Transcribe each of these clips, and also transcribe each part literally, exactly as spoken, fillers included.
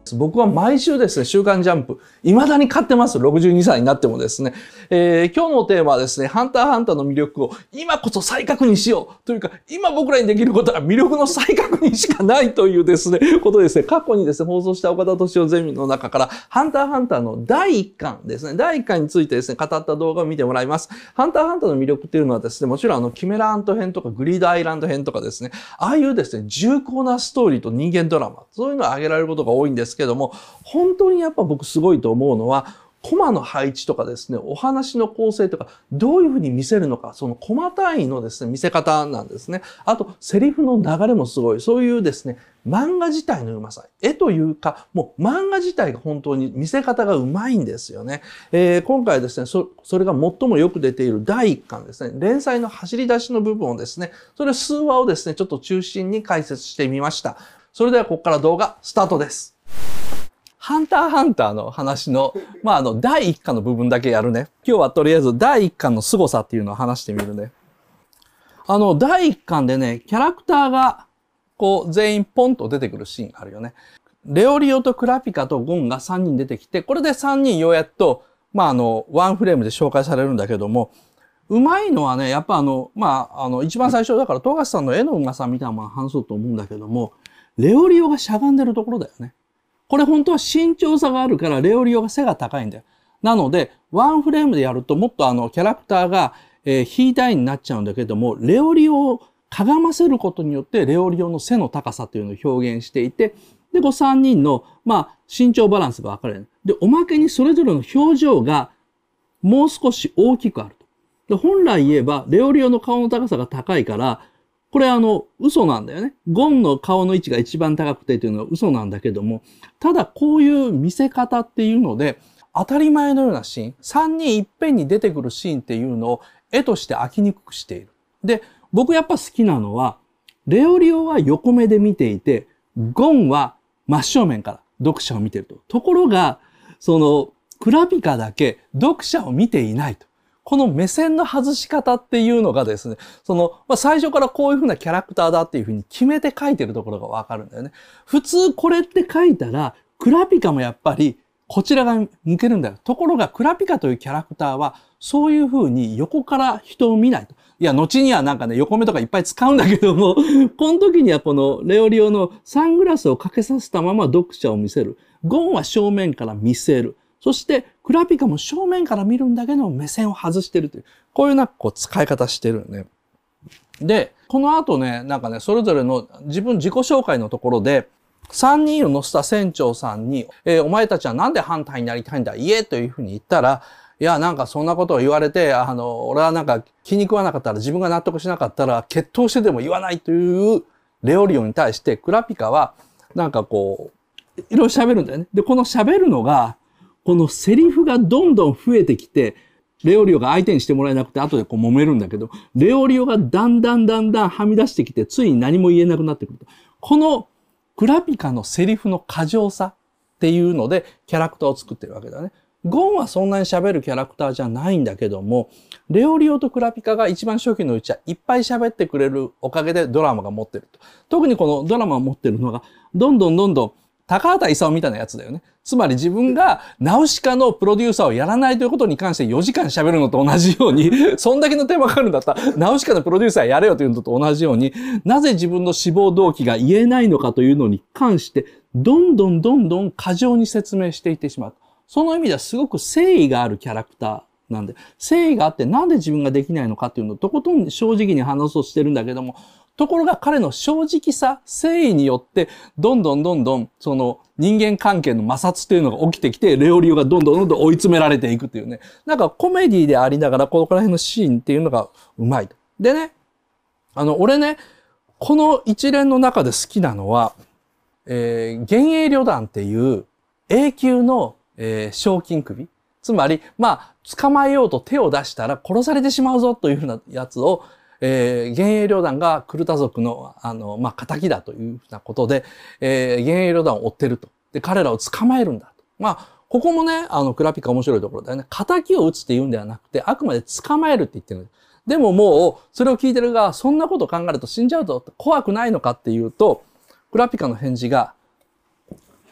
僕は毎週ですね、週刊ジャンプ、未だに買ってます。ろくじゅうにさいになってもですね。えー、今日のテーマはですね、ハンターハンターの魅力を今こそ再確認しようというか、今僕らにできることは魅力の再確認しかないというですね、ことですね、過去にですね、放送した岡田斗司夫ゼミの中から、ハンターハンターのだいいっかんですね、だいいっかんについてですね、語った動画を見てもらいます。ハンターハンターの魅力っていうのはですね、もちろんあの、キメラアント編とかグリードアイランド編とかですね、ああいうですね、重厚なストーリーと人間ドラマ、そういうのを挙げられることが多いんですけども、本当にやっぱ僕すごいと思うのは、コマの配置とかですね、お話の構成とか、どういうふうに見せるのか、そのコマ単位のですね、見せ方なんですね。あと、セリフの流れもすごい。そういうですね、漫画自体のうまさ。絵というか、もう漫画自体が本当に見せ方がうまいんですよね。えー、今回ですね、そ、それが最もよく出ているだいいっかんですね。連載の走り出しの部分をですね、それ数話をですね、ちょっと中心に解説してみました。それではここから動画スタートです。ハンターハンターの話の、まあ、あの、だいいっかんの部分だけやるね。今日はとりあえずだいいっかんの凄さっていうのを話してみるね。あの、だいいっかんでね、キャラクターが、こう、全員ポンと出てくるシーンがあるよね。レオリオとクラピカとゴンがさんにん出てきて、これでさんにんようやっと、まあ、あの、ワンフレームで紹介されるんだけども、うまいのはね、やっぱあの、まあ、あの、一番最初だから、富樫さんの絵のうまさみたいなものを話そうと思うんだけども、レオリオがしゃがんでるところだよね。これ本当は身長差があるから、レオリオが背が高いんだよ。なので、ワンフレームでやるともっとあの、キャラクターが、えー、ヒーダインになっちゃうんだけども、レオリオをかがませることによって、レオリオの背の高さというのを表現していて、で、こうさんにんの、まあ、身長バランスが分かれる。で、おまけにそれぞれの表情がもう少し大きくあると。で、本来言えば、レオリオの顔の高さが高いから、これあの、嘘なんだよね。ゴンの顔の位置が一番高くてというのは嘘なんだけども、ただこういう見せ方っていうので、当たり前のようなシーン、さんにんいっぺんに出てくるシーンっていうのを絵として飽きにくくしている。で、僕やっぱ好きなのは、レオリオは横目で見ていて、ゴンは真正面から読者を見ていると。ところが、その、クラピカだけ読者を見ていないと。この目線の外し方っていうのがですね、その、まあ、最初からこういう風なキャラクターだっていう風に決めて書いてるところがわかるんだよね。普通これって書いたら、クラピカもやっぱりこちらが向けるんだよ。ところがクラピカというキャラクターは、そういう風に横から人を見ないと。いや、後にはなんかね、横目とかいっぱい使うんだけども、この時にはこのレオリオのサングラスをかけさせたまま読者を見せる。ゴンは正面から見せる。そして、クラピカも正面から見るんだけど、目線を外してるという、こういうなんかこう使い方してるよね。で、この後ね、なんかね、それぞれの自分自己紹介のところで、さんにんを乗せた船長さんに、えー、お前たちはなんでハンターになりたいんだ言えというふうに言ったら、いや、なんかそんなことを言われて、あの、俺はなんか気に食わなかったら、自分が納得しなかったら、決闘してでも言わないというレオリオに対して、クラピカは、なんかこう、いろいろ喋るんだよね。で、この喋るのが、このセリフがどんどん増えてきて、レオリオが相手にしてもらえなくて後でこう揉めるんだけど、レオリオがだんだんだんだんはみ出してきて、ついに何も言えなくなってくると。このクラピカのセリフの過剰さっていうのでキャラクターを作ってるわけだね。ゴンはそんなに喋るキャラクターじゃないんだけども、レオリオとクラピカが一番初期のうちはいっぱい喋ってくれるおかげでドラマが持ってると。特にこのドラマを持ってるのが、どんどんどんどん高畑勲みたいなやつだよね。つまり自分がナウシカのプロデューサーをやらないということに関してよじかん喋るのと同じように、そんだけの手間かかるんだったら、ナウシカのプロデューサーやれよというのと同じように、なぜ自分の志望動機が言えないのかというのに関して、どんどんどんどん過剰に説明していってしまう。その意味ではすごく誠意があるキャラクターなんで、誠意があってなんで自分ができないのかっていうのをとことん正直に話そうとしてるんだけども、ところが彼の正直さ、誠意によって、どんどんどんどん、その人間関係の摩擦っていうのが起きてきて、レオリオがどんどんどんどん追い詰められていくっていうね。なんかコメディでありながら、ここら辺のシーンっていうのがうまいと。でね、あの、俺ね、この一連の中で好きなのは、えー、幻影旅団っていう永久の、えー、賞金首。つまり、まあ、捕まえようと手を出したら殺されてしまうぞというふうなやつを、えー、幻影旅団がクルタ族の、あの、まあ、仇だというふうなことで、えー、幻影旅団を追ってると。で、彼らを捕まえるんだと。まあ、ここもね、あの、クラピカ面白いところだよね。仇を撃つって言うんではなくて、あくまで捕まえるって言ってる。でももう、それを聞いてる側、そんなこと考えると死んじゃうと、怖くないのかっていうと、クラピカの返事が、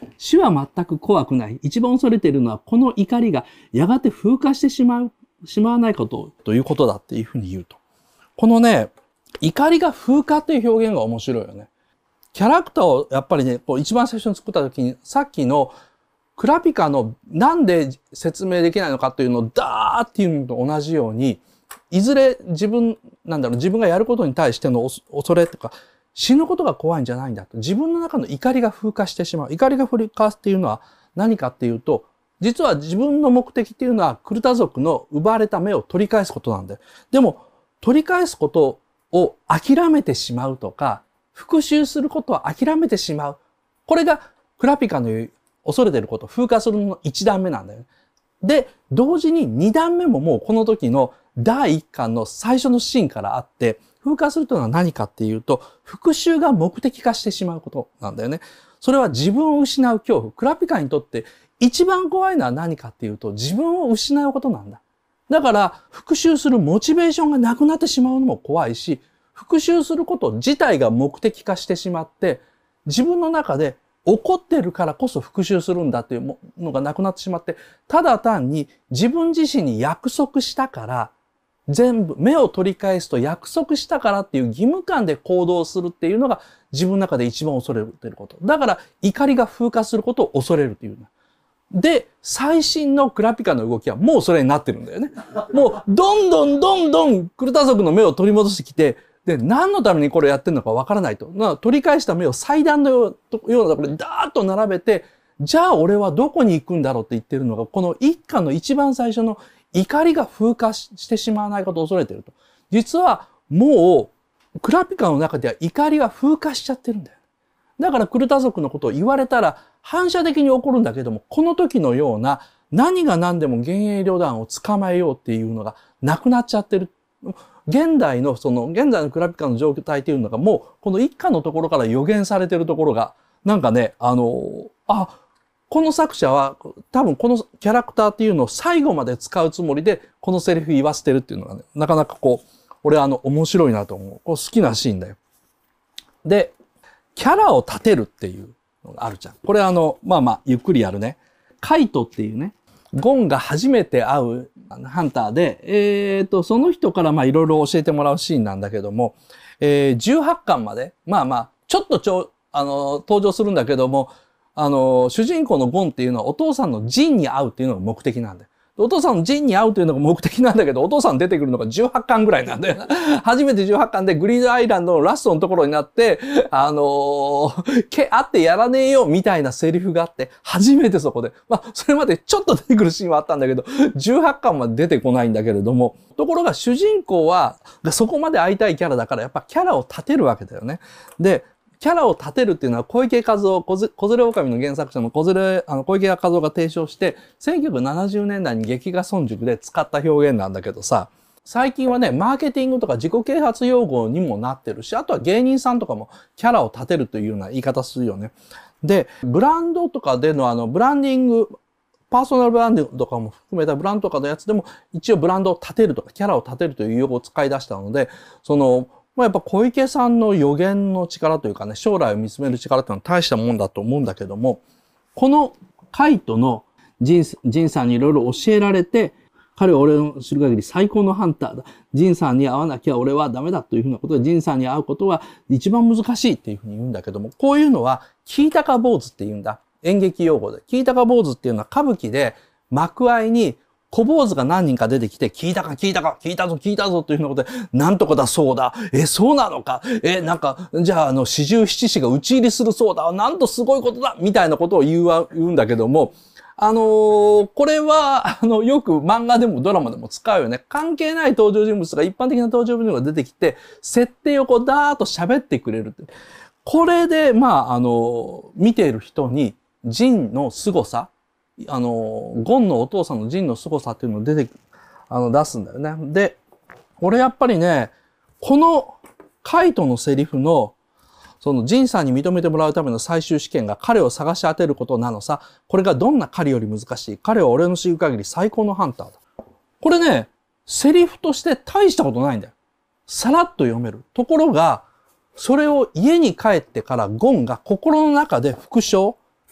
死は全く怖くない。一番恐れているのは、この怒りがやがて風化してしまう、しまわないこと、ということだっていうふうに言うと。このね、怒りが風化っていう表現が面白いよね。キャラクターをやっぱりね、こう一番最初に作った時に、さっきのクラピカのなんで説明できないのかっていうのをダーっていうのと同じように、いずれ自分、なんだろう、自分がやることに対しての恐れとか、死ぬことが怖いんじゃないんだと。自分の中の怒りが風化してしまう。怒りが風化っていうのは何かっていうと、実は自分の目的っていうのはクルタ族の奪われた目を取り返すことなんだよ。でも、取り返すことを諦めてしまうとか、復讐することは諦めてしまう。これがクラピカの言う恐れていること、風化するの一段目なんだよね。で、同時に二段目ももうこの時のだい一巻の最初のシーンからあって、風化するというのは何かっていうと、復讐が目的化してしまうことなんだよね。それは自分を失う恐怖。クラピカにとって一番怖いのは何かっていうと、自分を失うことなんだ。だから、復讐するモチベーションがなくなってしまうのも怖いし、復讐すること自体が目的化してしまって、自分の中で怒ってるからこそ復讐するんだっていうのがなくなってしまって、ただ単に自分自身に約束したから、全部目を取り返すと約束したからっていう義務感で行動するっていうのが自分の中で一番恐れていること。だから怒りが風化することを恐れるという。で、最新のクラピカの動きはもうそれになってるんだよね。もうどんどんどんどんクルタ族の目を取り戻してきて、で、何のためにこれやってるのかわからないと。取り返した目を祭壇のようなところにダーッと並べて、じゃあ俺はどこに行くんだろうって言ってるのが、この一家の一番最初の怒りが風化してしまわないことを恐れていると。実はもうクラピカの中では怒りが風化しちゃってるんだよ。だからクルタ族のことを言われたら反射的に起こるんだけども、この時のような何が何でも幻影旅団を捕まえようっていうのがなくなっちゃってる。現代のその、現在のクラピカの状態っていうのがもうこの一家のところから予言されてるところが、なんかね、あの、あ、この作者は多分このキャラクターっていうのを最後まで使うつもりでこのセリフ言わせてるっていうのがね、なかなかこう、俺あの面白いなと思う。こう好きなシーンだよ。で、キャラを立てるっていうのがあるじゃん。これあの、まあまあ、ゆっくりやるね。カイトっていうね、ゴンが初めて会うハンターで、えっと、その人からまあいろいろ教えてもらうシーンなんだけども、えー、じゅうはちかんまで、まあまあ、ちょっとちょ、あの、登場するんだけども、あの、主人公のゴンっていうのはお父さんのジンに会うっていうのが目的なんだよ。お父さんのジンに会うというのが目的なんだけど、お父さん出てくるのがじゅうはちかんぐらいなんだよな。初めてじゅうはちかんでグリードアイランドのラストのところになって、あのー、け、あってやらねえよみたいなセリフがあって、初めてそこで。まあ、それまでちょっと出てくるシーンはあったんだけど、じゅうはちかんまで出てこないんだけれども、ところが主人公は、そこまで会いたいキャラだから、やっぱキャラを立てるわけだよね。で、キャラを立てるっていうのは小池和夫、小連れ狼の原作者の小連れ、あの小池和夫が提唱して、せんきゅうひゃくななじゅうねんだいに劇画村塾で使った表現なんだけどさ、最近はね、マーケティングとか自己啓発用語にもなってるし、あとは芸人さんとかもキャラを立てるというような言い方するよね。で、ブランドとかでのあの、ブランディング、パーソナルブランディングとかも含めたブランドとかのやつでも、一応ブランドを立てるとか、キャラを立てるという用語を使い出したので、その、まあ、やっぱ小池さんの予言の力というかね、将来を見つめる力っていうのは大したもんだと思うんだけども、このカイトのジン、ジンさんにいろいろ教えられて、彼は俺の知る限り最高のハンターだ。ジンさんに会わなきゃ俺はダメだというふうなことで、ジンさんに会うことは一番難しいっていうふうに言うんだけども、こういうのは、聞いたか坊主って言うんだ。演劇用語で。聞いたか坊主っていうのは歌舞伎で幕間に小坊主が何人か出てきて、聞いたか聞いたか聞いたぞ聞いたぞというふうなことで、なんとかだそうだ。え、そうなのか。え、なんか、じゃあ、あの、四十七士が討ち入りするそうだ。なんとすごいことだみたいなことを言うわ、言うんだけども、あのー、これは、あの、よく漫画でもドラマでも使うよね。関係ない登場人物が一般的な登場人物が出てきて、設定をこう、ダーッと喋ってくれるって。これで、まあ、あの、見ている人に、ジンの凄さ、あの、ゴンのお父さんのジンの凄さっていうのを出て、あの、出すんだよね。で、俺やっぱりね、このカイトのセリフの、そのジンさんに認めてもらうための最終試験が彼を探し当てることなのさ。これがどんな狩りより難しい。彼は俺の知る限り最高のハンターだ。これね、セリフとして大したことないんだよ。さらっと読める。ところが、それを家に帰ってからゴンが心の中で復唱。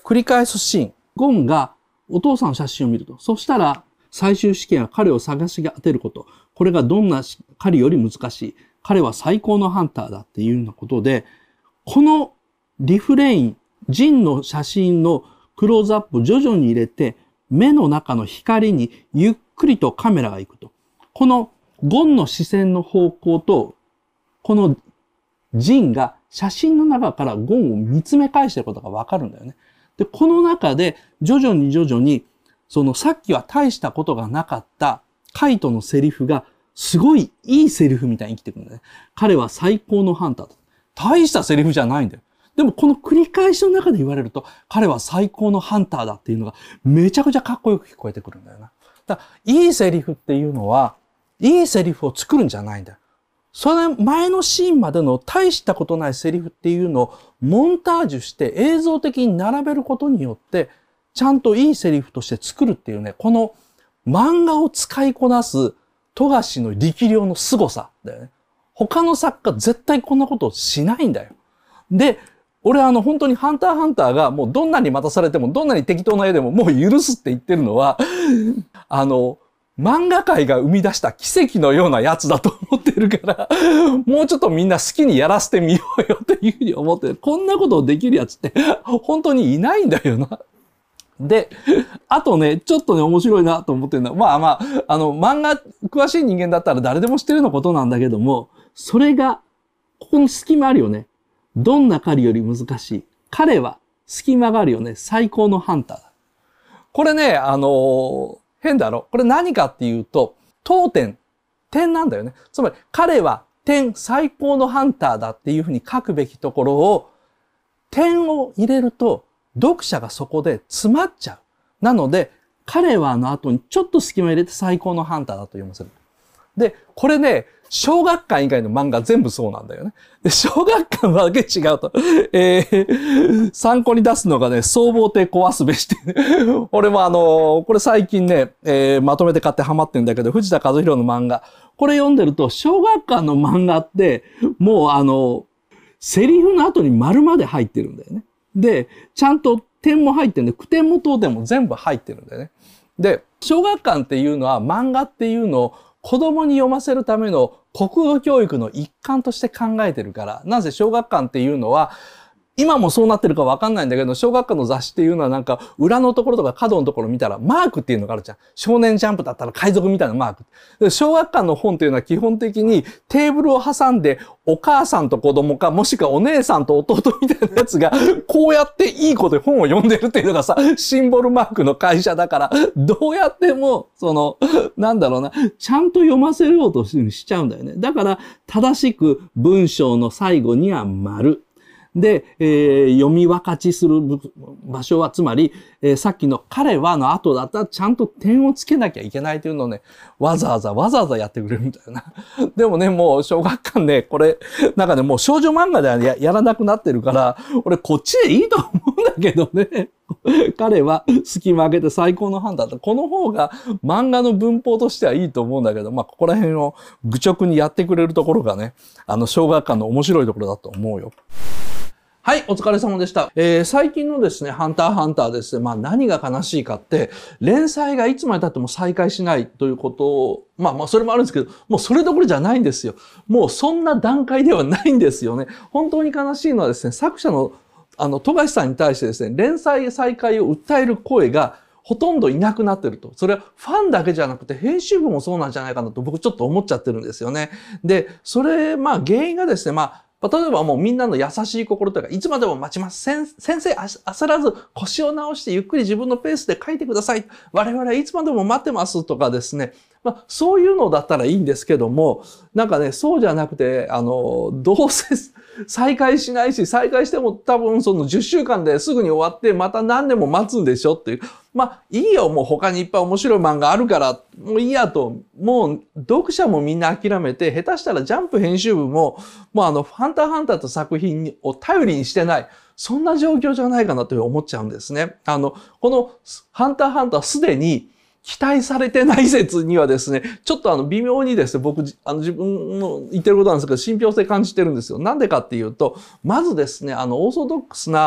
繰り返すシーン。ゴンがお父さんの写真を見ると。そしたら、最終試験は彼を探し当てること。これがどんな狩りより難しい。彼は最高のハンターだっていうようなことで、このリフレイン、ジンの写真のクローズアップを徐々に入れて、目の中の光にゆっくりとカメラが行くと。このゴンの視線の方向と、このジンが写真の中からゴンを見つめ返していることがわかるんだよね。で、この中で徐々に徐々に、そのさっきは大したことがなかったカイトのセリフがすごいいいセリフみたいに生きてくるんだね。彼は最高のハンターだ。大したセリフじゃないんだよ。でもこの繰り返しの中で言われると、彼は最高のハンターだっていうのがめちゃくちゃかっこよく聞こえてくるんだよな。だからいいセリフっていうのは、いいセリフを作るんじゃないんだよ。それ前のシーンまでの大したことないセリフっていうのをモンタージュして映像的に並べることによって、ちゃんといいセリフとして作るっていうね、この漫画を使いこなす富樫の力量の凄さだよね。他の作家絶対こんなことをしないんだよ。で、俺はあの本当にハンターハンターがもうどんなに待たされてもどんなに適当な絵でももう許すって言ってるのは、あの、漫画界が生み出した奇跡のようなやつだと思ってるから、もうちょっとみんな好きにやらせてみようよっていうふうに思ってる。こんなことをできるやつって本当にいないんだよな。で、あとね、ちょっとね、面白いなと思ってるのは、まあまあ、あの、漫画詳しい人間だったら誰でも知ってるようなことなんだけども、それが、ここに隙間あるよね。どんな狩りより難しい。彼は隙間があるよね。最高のハンターだ。これね、あのー、変だろ。これ何かっていうと、当点、点なんだよね。つまり、彼は点、最高のハンターだっていうふうに書くべきところを、点を入れると、読者がそこで詰まっちゃう。なので、彼はの後にちょっと隙間入れて最高のハンターだと読ませる。で、これね、小学館以外の漫画全部そうなんだよね。で、小学館だけ違うと。えー、参考に出すのがね、僧帽亭壊すべしって、ね。俺もあのー、これ最近ね、えー、まとめて買ってハマってるんだけど、藤田和弘の漫画。これ読んでると、小学館の漫画って、もうあの、セリフの後に丸まで入ってるんだよね。で、ちゃんと点も入ってるんで、句点も当点も全部入ってるんだよね。で、小学館っていうのは漫画っていうのを子供に読ませるための国語教育の一環として考えてるから、なぜ小学館っていうのは、今もそうなってるかわかんないんだけど、小学館の雑誌っていうのはなんか、裏のところとか角のところ見たら、マークっていうのがあるじゃん。少年ジャンプだったら海賊みたいなマーク。で小学館の本っていうのは基本的にテーブルを挟んで、お母さんと子供か、もしくはお姉さんと弟みたいなやつが、こうやっていい子で本を読んでるっていうのがさ、シンボルマークの会社だから、どうやっても、その、なんだろうな、ちゃんと読ませようとしちゃうんだよね。だから、正しく文章の最後には丸。で、えー、読み分かちする場所は、つまり、えー、さっきの彼はの後だったらちゃんと点をつけなきゃいけないというのをね、わざわざわざわざやってくれるんだよな。でもね、もう小学館ね、これ、なんかね、もう少女漫画では や, やらなくなってるから、俺こっちでいいと思うんだけどね。彼は隙間開けて最高の判断だ。この方が漫画の文法としてはいいと思うんだけど、まあ、ここら辺を愚直にやってくれるところがね、あの、小学館の面白いところだと思うよ。はい、お疲れ様でした。えー、最近のですね、ハンターハンターですね、まあ何が悲しいかって、連載がいつまで経っても再開しないということを、まあまあそれもあるんですけど、もうそれどころじゃないんですよ。もうそんな段階ではないんですよね。本当に悲しいのはですね、作者の、あの、富樫さんに対してですね、連載再開を訴える声がほとんどいなくなってると。それはファンだけじゃなくて編集部もそうなんじゃないかなと僕ちょっと思っちゃってるんですよね。で、それ、まあ原因がですね、まあ、例えばもうみんなの優しい心というか、いつまでも待ちます。先生、焦らず腰を直してゆっくり自分のペースで書いてください。我々はいつまでも待ってますとかですね。まあ、そういうのだったらいいんですけども、なんかね、そうじゃなくて、あの、どうせ再開しないし、再開しても多分そのじゅっしゅうかんですぐに終わって、また何年も待つんでしょっていう。まあ、いいよ、もう他にいっぱい面白い漫画あるから、もういいやと、もう読者もみんな諦めて、下手したらジャンプ編集部も、もうあの、ハンターハンターと作品を頼りにしてない。そんな状況じゃないかなと思っちゃうんですね。あの、このハンターハンターすでに期待されてない説にはですね、ちょっとあの微妙にですね、僕、あの自分の言ってることなんですけど、信憑性感じてるんですよ。なんでかっていうと、まずですね、あの、オーソドックスな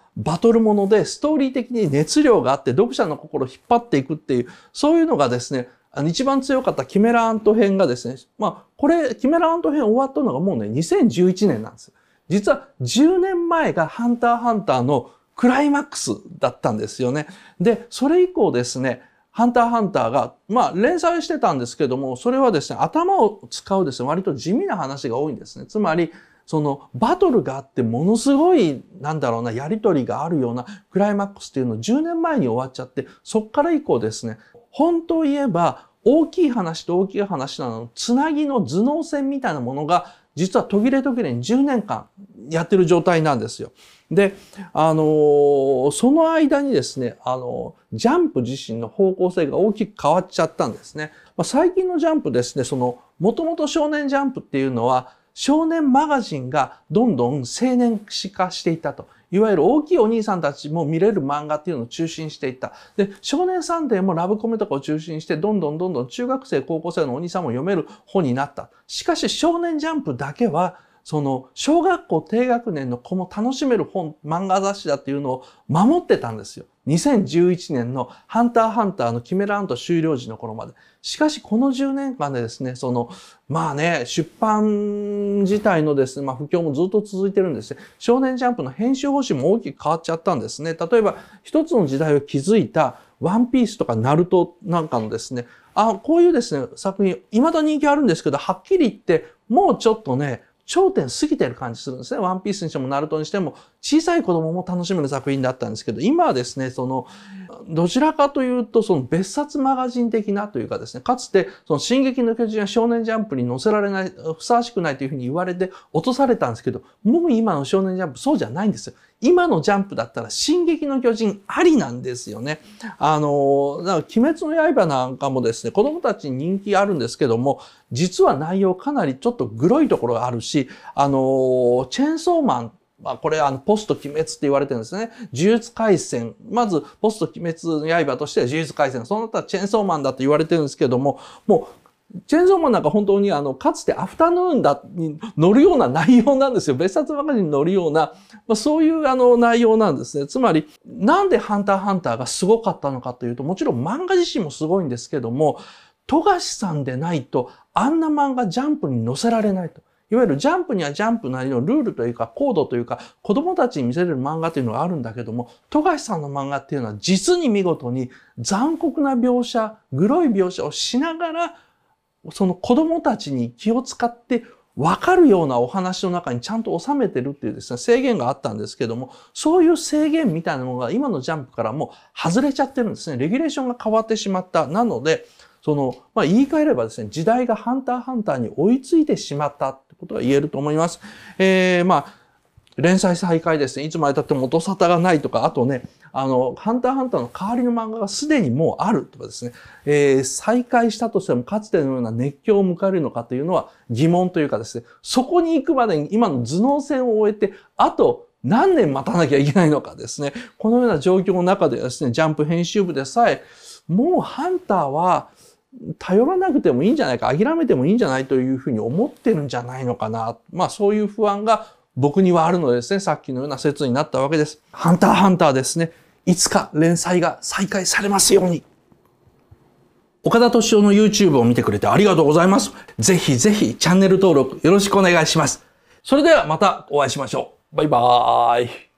バトルものでストーリー的に熱量があって読者の心を引っ張っていくっていう、そういうのがですね、あの一番強かったキメラアント編がですね、まあこれ、キメラアント編終わったのがもうね、にせんじゅういちねんなんです。実はじゅうねんまえがハンターハンターのクライマックスだったんですよね。で、それ以降ですね、ハンターハンターが、まあ連載してたんですけども、それはですね、頭を使うですね、割と地味な話が多いんですね。つまり、そのバトルがあってものすごいなんだろうなやりとりがあるようなクライマックスっていうのをじゅうねんまえに終わっちゃって、そっから以降ですね、本当を言えば大きい話と大きい話なのつなぎの頭脳戦みたいなものが実は途切れ途切れにじゅうねんかんやってる状態なんですよ。で、あのー、その間にですね、あのー、ジャンプ自身の方向性が大きく変わっちゃったんですね。まあ、最近のジャンプですね、その、もともと少年ジャンプっていうのは、少年マガジンがどんどん青年誌化していったと。いわゆる大きいお兄さんたちも見れる漫画っていうのを中心していった。で、少年サンデーもラブコメとかを中心して、どんどんどんどん中学生、高校生のお兄さんも読める本になった。しかし少年ジャンプだけは、その小学校低学年の子も楽しめる本、漫画雑誌だっていうのを守ってたんですよ。にせんじゅういちねんのハンターハンターのキメラアント終了時の頃まで。しかしこのじゅうねんかんでですね、その、まあね、出版自体のですね、まあ不況もずっと続いてるんですね。少年ジャンプの編集方針も大きく変わっちゃったんですね。例えば一つの時代を築いたワンピースとかナルトなんかのですね、あ、こういうですね、作品、未だ人気あるんですけど、はっきり言って、もうちょっとね、頂点過ぎてる感じするんですね。ワンピースにしてもナルトにしても小さい子供も楽しめる作品だったんですけど、今はですね、その、どちらかというと、その別冊マガジン的なというかですね、かつて、その進撃の巨人や少年ジャンプに載せられない、ふさわしくないというふうに言われて落とされたんですけど、もう今の少年ジャンプそうじゃないんですよ。今のジャンプだったら進撃の巨人ありなんですよね。あの、だから鬼滅の刃なんかもですね、子供たちに人気あるんですけども、実は内容かなりちょっとグロいところがあるし、あの、チェーンソーマン、まあ、これ、あの、ポスト鬼滅って言われてるんですね。呪術廻戦。まず、ポスト鬼滅の刃としては呪術廻戦。そうなったらチェーンソーマンだと言われてるんですけども、もう、チェーンソーマンなんか本当にあの、かつてアフタヌーンだに乗るような内容なんですよ。別冊マガジンに乗るような、まあ、そういうあの内容なんですね。つまり、なんでハンターハンターがすごかったのかというと、もちろん漫画自身もすごいんですけども、富樫さんでないと、あんな漫画ジャンプに載せられないと。いわゆるジャンプにはジャンプなりのルールというかコードというか子供たちに見せれる漫画というのがあるんだけども、富樫さんの漫画っていうのは実に見事に残酷な描写、グロい描写をしながら、その子供たちに気を使って分かるようなお話の中にちゃんと収めてるっていうですね、制限があったんですけども、そういう制限みたいなものが今のジャンプからもう外れちゃってるんですね。レギュレーションが変わってしまった。なので、その、まあ、言い換えればですね、時代がハンターハンターに追いついてしまったってことが言えると思います。えー、まあ、連載再開ですね。いつまで経っても音沙汰がないとか、あとね、あの、ハンターハンターの代わりの漫画がすでにもうあるとかですね、えー、再開したとしてもかつてのような熱狂を迎えるのかというのは疑問というかですね、そこに行くまでに今の頭脳戦を終えて、あと何年待たなきゃいけないのかですね、このような状況の中でですね、ジャンプ編集部でさえ、もうハンターは頼らなくてもいいんじゃないか、諦めてもいいんじゃないというふうに思ってるんじゃないのかな。まあそういう不安が僕にはあるのでですね、さっきのような説になったわけです。ハンターハンターですね、いつか連載が再開されますように。岡田敏夫の YouTube を見てくれてありがとうございます。ぜひぜひチャンネル登録よろしくお願いします。それではまたお会いしましょう。バイバーイ。